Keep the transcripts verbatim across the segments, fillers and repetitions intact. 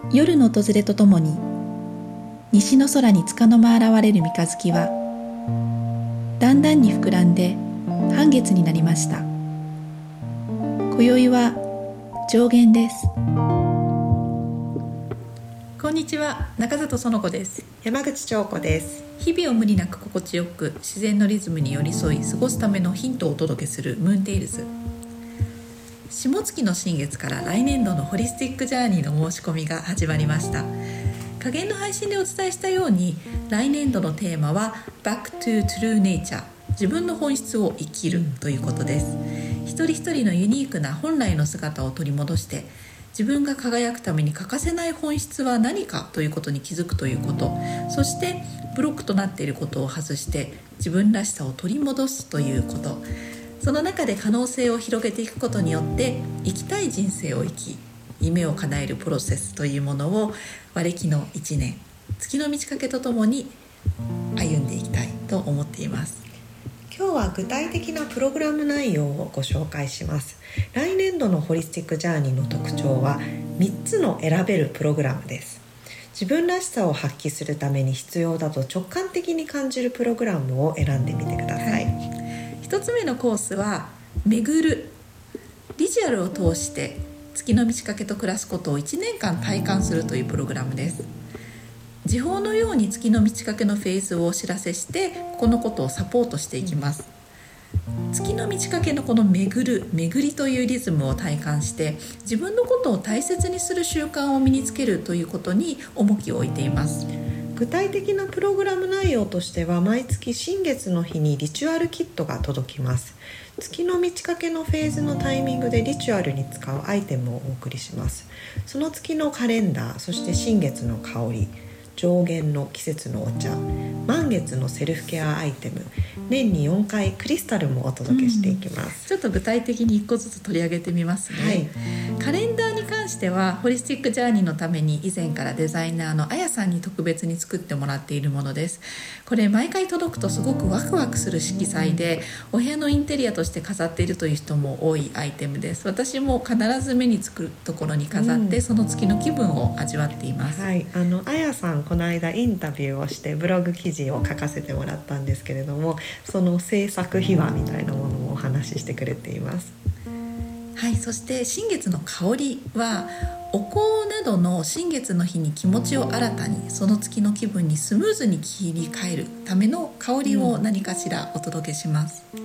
夜の訪れとともに西の空に束の間現れる三日月はだんだんに膨らんで半月になりました。今宵は上弦です。こんにちは、中里園子です。 山口彫子です。 日々を無理なく心地よく自然のリズムに寄り添い過ごすためのヒントをお届けするムーンテイルズ。下月の新月から来年度のホリスティックジャーニーの申し込みが始まりました。下限の配信でお伝えしたように、来年度のテーマは Back to True Nature、 自分の本質を生きるということです。一人一人のユニークな本来の姿を取り戻して、自分が輝くために欠かせない本質は何かということに気づくということ、そしてブロックとなっていることを外して自分らしさを取り戻すということ、その中で可能性を広げていくことによって生きたい人生を生き、夢を叶えるプロセスというものを和暦のいちねん、月の満ち欠けとともに歩んでいきたいと思っています。 今日は具体的なプログラム内容をご紹介します。来年度のホリスティックジャーニーの特徴はみっつの選べるプログラムです。自分らしさを発揮するために必要だと直感的に感じるプログラムを選んでみてください。はい、 ひとつめのコースは巡る、リジュアルを通して月の満ち欠けと暮らすことをいちねんかん体感するというプログラムです。時報のように月の満ち欠けのフェーズをお知らせしてこのことをサポートしていきます。月の満ち欠けのこの巡る、巡りというリズムを体感して自分のことを大切にする習慣を身につけるということに重きを置いています。 具体的なプログラム内容としては、毎月新月の日にリチュアルキットが届きます。月の満ち欠けのフェーズのタイミングでリチュアルに使うアイテムをお送りします。その月のカレンダー、そして新月の香り、上弦の季節のお茶、満月のセルフケアアイテム、年によんかいクリスタルもお届けしていきます。 うん、ちょっと具体的にいっこずつ取り上げてみますね。はい、カレンダーに関してはホリスティックジャーニーのために以前からデザイナーのあやさんに特別に作ってもらっているものです。これ毎回届くとすごくワクワクする色彩で、お部屋のインテリアとして飾っているという人も多いアイテムです。私も必ず目につくところに飾って、うん、その月の気分を味わっています。 はい、あのあやさんこの間インタビューをしてブログ記事を書かせてもらったんですけれども、その制作秘話みたいなものもお話ししてくれています。 はい、そして新月の香りはお香などの新月の日に気持ちを新たに、その月の気分にスムーズに切り替えるための香りを何かしらお届けします。 うん、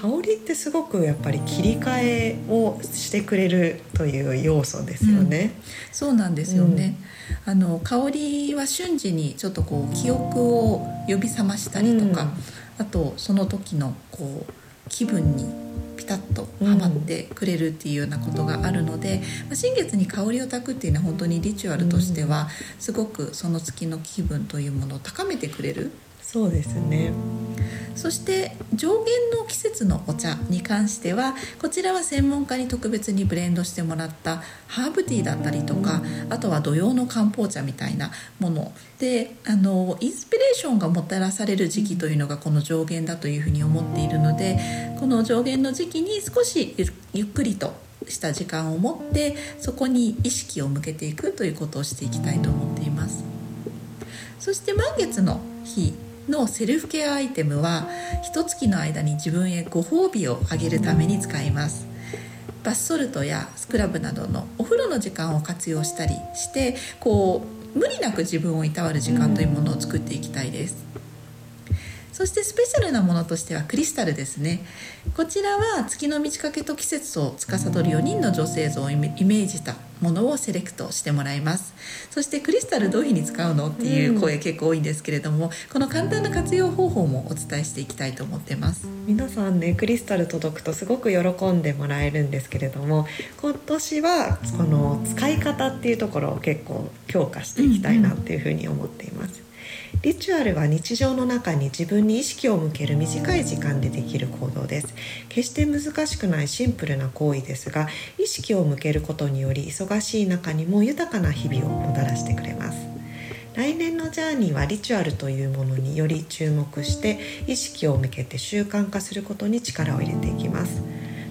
香りってすごくやっぱり切り替えをしてくれるという要素ですよね。 うん、そうなんですよね。うん、あの香りは瞬時にちょっとこう記憶を呼び覚ましたりとか、うん、あとその時のこう気分にピタッとハマってくれるっていうようなことがあるので、うん、新月に香りを焚くっていうのは本当にリチュアルとしてはすごくその月の気分というものを高めてくれる。 そうですね。 そして上弦の季節のお茶に関しては、こちらは専門家に特別にブレンドしてもらったハーブティーだったりとか、あとは土用の漢方茶みたいなもので、あのインスピレーションがもたらされる時期というのがこの上弦だというふうに思っているので、この上弦の時期に少しゆっくりとした時間を持ってそこに意識を向けていくということをしていきたいと思っています。そして満月の日のセルフケアアイテムは一月の間に自分へご褒美をあげるために使います。バスソルトやスクラブなどのお風呂の時間を活用したりして、こう無理なく自分をいたわる時間というものを作っていきたいです。そしてスペシャルなものとしてはクリスタルですね。こちらは月の満ち欠けと季節を司るよにんの女性像をイメージしたものをセレクトしてもらいます。そしてクリスタルどういうふうに使うのっていう声結構多いんですけれども、この簡単な活用方法もお伝えしていきたいと思ってます。 皆さんね、クリスタル届くとすごく喜んでもらえるんですけれども、今年はこの使い方っていうところを結構強化していきたいなっていうふうに思っています。うんうん、リチュアルは日常の中に自分に意識を向ける短い時間でできる行動です。決して難しくないシンプルな行為ですが、意識を向けることにより忙しい中にも豊かな日々をもたらしてくれます。来年のジャーニーはリチュアルというものにより注目して意識を向けて習慣化することに力を入れていきます。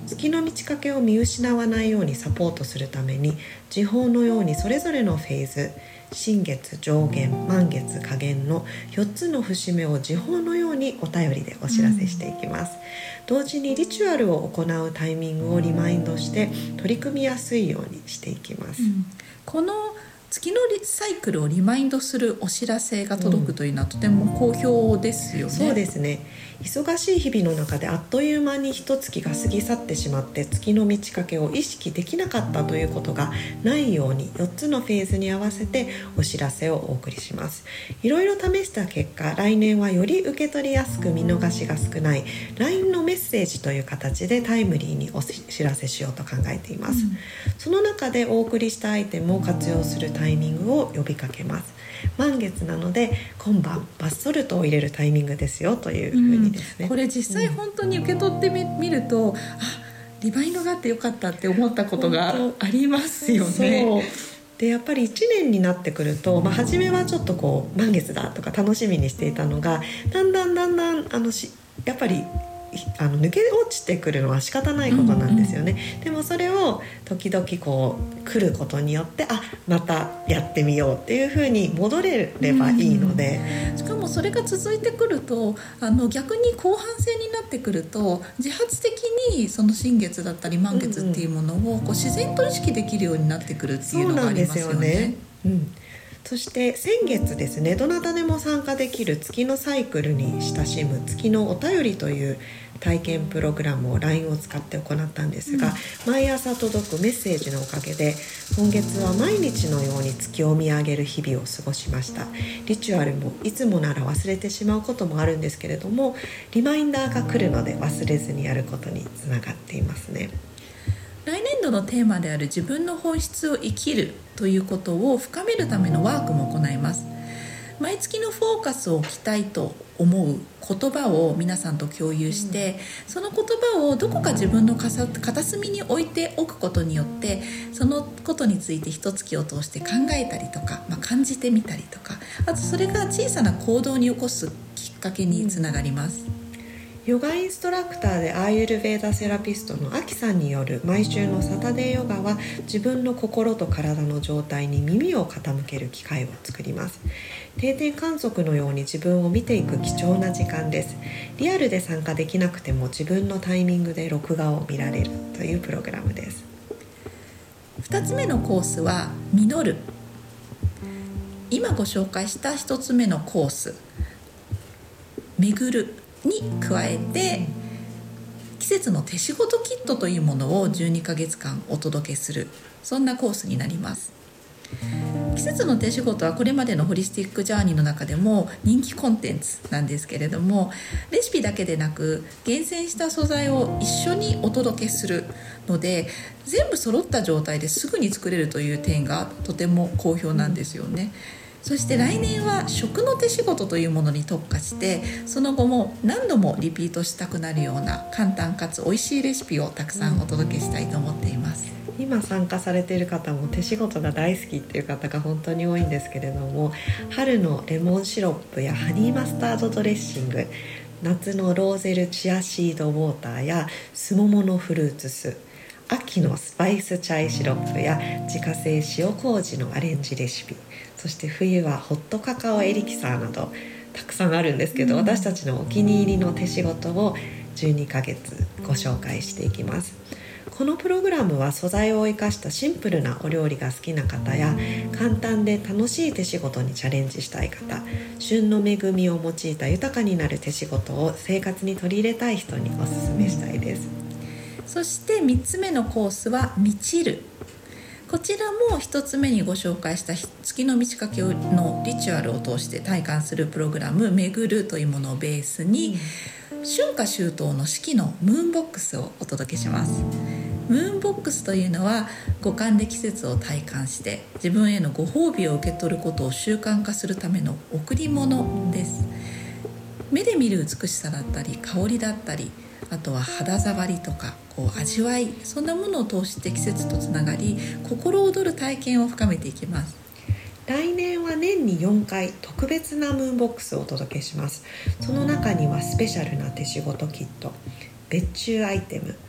月の満ち欠けを見失わないようにサポートするために、時報のようにそれぞれのフェーズ、新月、上弦、満月、下弦のよっつの節目を時報のようにお便りでお知らせしていきます、うん、同時にリチュアルを行うタイミングをリマインドして取り組みやすいようにしていきます、うん、 この月のサイクルをリマインドするお知らせが届くというのはとても好評ですよね、 うん、そうですね。忙しい日々の中であっという間に一月が過ぎ去ってしまって月の満ち欠けを意識できなかったということがないようによっつのフェーズに合わせてお知らせをお送りします。いろいろ試した結果、来年はより受け取りやすく見逃しが少ない ライン のメッセージという形でタイムリーにお知らせしようと考えています、うん、その中でお送りしたアイテムを活用するタイミングを呼びかけます。満月なので今晩バスソルトを入れるタイミングですよというふうにですね、 うん、これ実際本当に受け取ってみ、みると、あ、リバインドがあってよかったって思ったことがありますよね。 そうでやっぱりいちねんになってくると、まあ、初めはちょっとこう満月だとか楽しみにしていたのがだんだんだんだんあのしやっぱりあの抜け落ちてくるのは仕方ないことなんですよね、うんうん、でもそれを時々こう来ることによってあまたやってみようっていう風に戻れればいいので、 うん、しかもそれが続いてくるとあの逆に後半戦になってくると自発的にその新月だったり満月っていうものをこう自然と意識できるようになってくるっていうのがありますよね。そうなんですよね、うん、 そして先月ですね、どなたでも参加できる月のサイクルに親しむ月のお便りという体験プログラムを ライン を使って行ったんですが、うん、毎朝届くメッセージのおかげで今月は毎日のように月を見上げる日々を過ごしました。リチュアルもいつもなら忘れてしまうこともあるんですけれども、リマインダーが来るので忘れずにやることにつながっていますね。 来年度のテーマである自分の本質を生きるということを深めるためのワークも行います。毎月のフォーカスを置きたいと思う言葉を皆さんと共有して、うん、その言葉をどこか自分の片隅に置いておくことによってそのことについて一月を通して考えたりとか、まあ、感じてみたりとか、あとそれが小さな行動に起こすきっかけにつながります、うんヨガインストラクターでアーユルヴェーダセラピストのアキさんによる毎週のサタデーヨガは自分の心と体の状態に耳を傾ける機会を作ります。定点観測のように自分を見ていく貴重な時間です。リアルで参加できなくても自分のタイミングで録画を見られるというプログラムです。 ふたつめのコースは実る。今ご紹介したひとつめのコース巡るに加えて季節の手仕事キットというものをじゅうにかげつかんお届けする、そんなコースになります。季節の手仕事はこれまでのホリスティックジャーニーの中でも人気コンテンツなんですけれども、レシピだけでなく厳選した素材を一緒にお届けするので全部揃った状態ですぐに作れるという点がとても好評なんですよね。そして来年は食の手仕事というものに特化してその後も何度もリピートしたくなるような簡単かつ美味しいレシピをたくさんお届けしたいと思っています。 今参加されている方も手仕事が大好きっていう方が本当に多いんですけれども、春のレモンシロップやハニーマスタードドレッシング、夏のローゼルチアシードウォーターやスモモのフルーツ酢、秋のスパイスチャイシロップや自家製塩麹のアレンジレシピ、そして冬はホットカカオエリキサーなどたくさんあるんですけど、うん、私たちのお気に入りの手仕事をじゅうにかげつご紹介していきます。このプログラムは素材を生かしたシンプルなお料理が好きな方や簡単で楽しい手仕事にチャレンジしたい方、旬の恵みを用いた豊かになる手仕事を生活に取り入れたい人におすすめしたいです。 そしてみっつめのコースは満ちる。こちらもひとつめにご紹介した月の満ち欠けのリチュアルを通して体感するプログラム巡るというものをベースに、うん、春夏秋冬の四季のムーンボックスをお届けします。ムーンボックスというのは五感で季節を体感して自分へのご褒美を受け取ることを習慣化するための贈り物です。目で見る美しさだったり香りだったり、あとは肌触りとかこう味わい、そんなものを通して季節とつながり心躍る体験を深めていきます。 来年は年によんかい特別なムーンボックスをお届けします。その中にはスペシャルな手仕事キット、別注アイテム、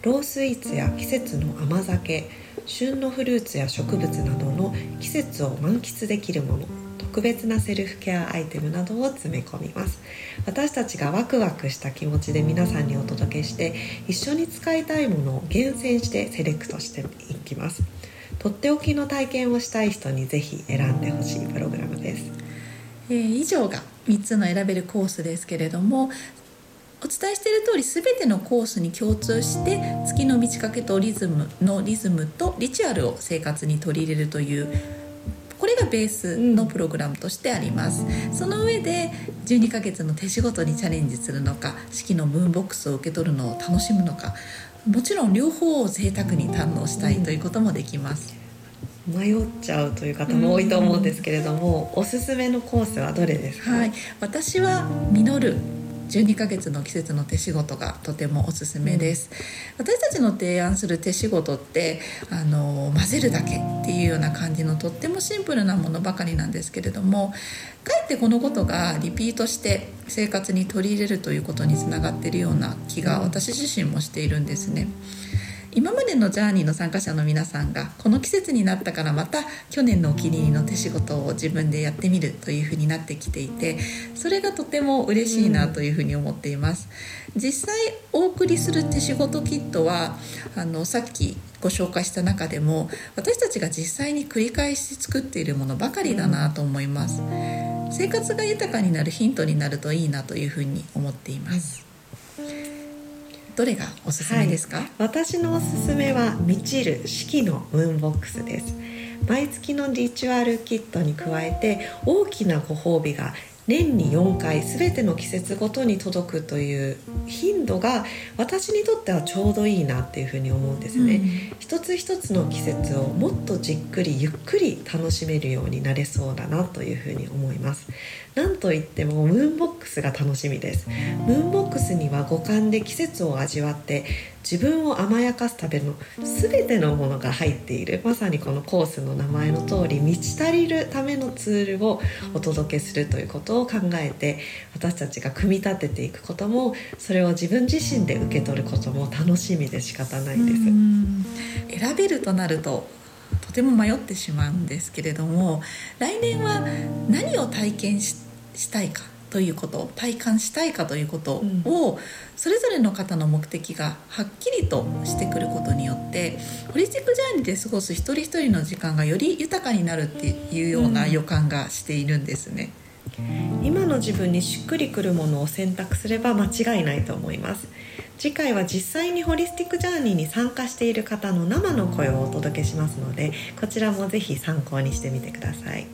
ロースイーツや季節の甘酒、旬のフルーツや植物などの季節を満喫できるもの、特別なセルフケアアイテムなどを詰め込みます。私たちがワクワクした気持ちで皆さんにお届けして、一緒に使いたいものを厳選してセレクトしていきます。とっておきの体験をしたい人にぜひ選んでほしいプログラムです。 えー、以上がみっつの選べるコースですけれども、お伝えしている通り全てのコースに共通して月の満ち欠けとリズムのリズムとリチュアルを生活に取り入れるという、これがベースのプログラムとしてあります、うん、その上でじゅうにかげつの手仕事にチャレンジするのか、四季のムーンボックスを受け取るのを楽しむのか、もちろん両方を贅沢に堪能したいということもできます、 うん、迷っちゃうという方も多いと思うんですけれども、うん、おすすめのコースはどれですか？ はい、私は実るじゅうにかげつの季節の手仕事がとてもおすすめです、うん、私たちの提案する手仕事ってあの混ぜるだけっていうような感じのとってもシンプルなものばかりなんですけれども、かえってこのことがリピートして生活に取り入れるということにつながっているような気が私自身もしているんですね。今までのジャーニーの参加者の皆さんがこの季節になったからまた去年のお気に入りの手仕事を自分でやってみるというふうになってきていて、それがとても嬉しいなというふうに思っています、うん、実際お送りする手仕事キットはあのさっきご紹介した中でも私たちが実際に繰り返し作っているものばかりだなと思います。生活が豊かになるヒントになるといいなというふうに思っています。どれがおすすめですか？ はい、私のおすすめはみちる四季のムーンボックスです。毎月のリチュアルキットに加えて大きなご褒美が年によんかい全ての季節ごとに届くという頻度が私にとってはちょうどいいなっていうふうに思うんですね、うん、一つ一つの季節をもっとじっくりゆっくり楽しめるようになれそうだなというふうに思います。なんといってもムーンボックスが楽しみです。ムーンボックスには五感で季節を味わって自分を甘やかすための全てのものが入っている、まさにこのコースの名前の通り満ち足りるためのツールをお届けするということを考えて、私たちが組み立てていくこともそれを自分自身で受け取ることも楽しみで仕方ないです。 うん、選べるとなるととても迷ってしまうんですけれども、来年は何を体験 し, したいかということ、体感したいかということをそれぞれの方の目的がはっきりとしてくることによってホリスティックジャーニーで過ごす一人一人の時間がより豊かになるっていうような予感がしているんですね。 今の自分にしっくりくるものを選択すれば間違いないと思います。次回は実際にホリスティックジャーニーに参加している方の生の声をお届けしますので、こちらもぜひ参考にしてみてください。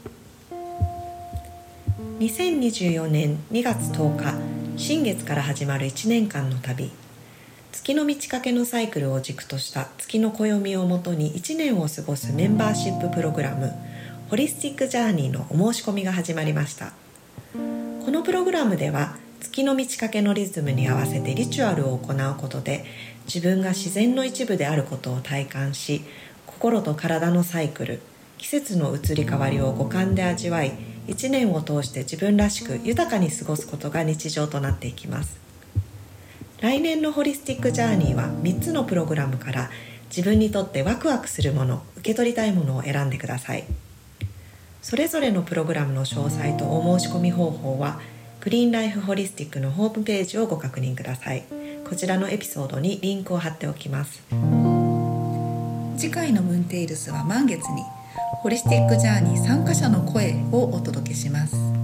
にせんにじゅうよねんにがつとおか、新月から始まるいちねんかんの旅、月の満ち欠けのサイクルを軸とした月の暦をもとにいちねんを過ごすメンバーシッププログラムホリスティックジャーニーのお申し込みが始まりました。このプログラムでは月の満ち欠けのリズムに合わせてリチュアルを行うことで自分が自然の一部であることを体感し、心と体のサイクル、季節の移り変わりを五感で味わい、いちねんを通して自分らしく豊かに過ごすことが日常となっていきます。来年のホリスティックジャーニーはみっつのプログラムから自分にとってワクワクするもの、受け取りたいものを選んでください。それぞれのプログラムの詳細とお申し込み方法はグリーンライフホリスティックのホームページをご確認ください。こちらのエピソードにリンクを貼っておきます。 次回のムーンテイルスは満月にホリスティックジャーニー参加者の声をお届けします。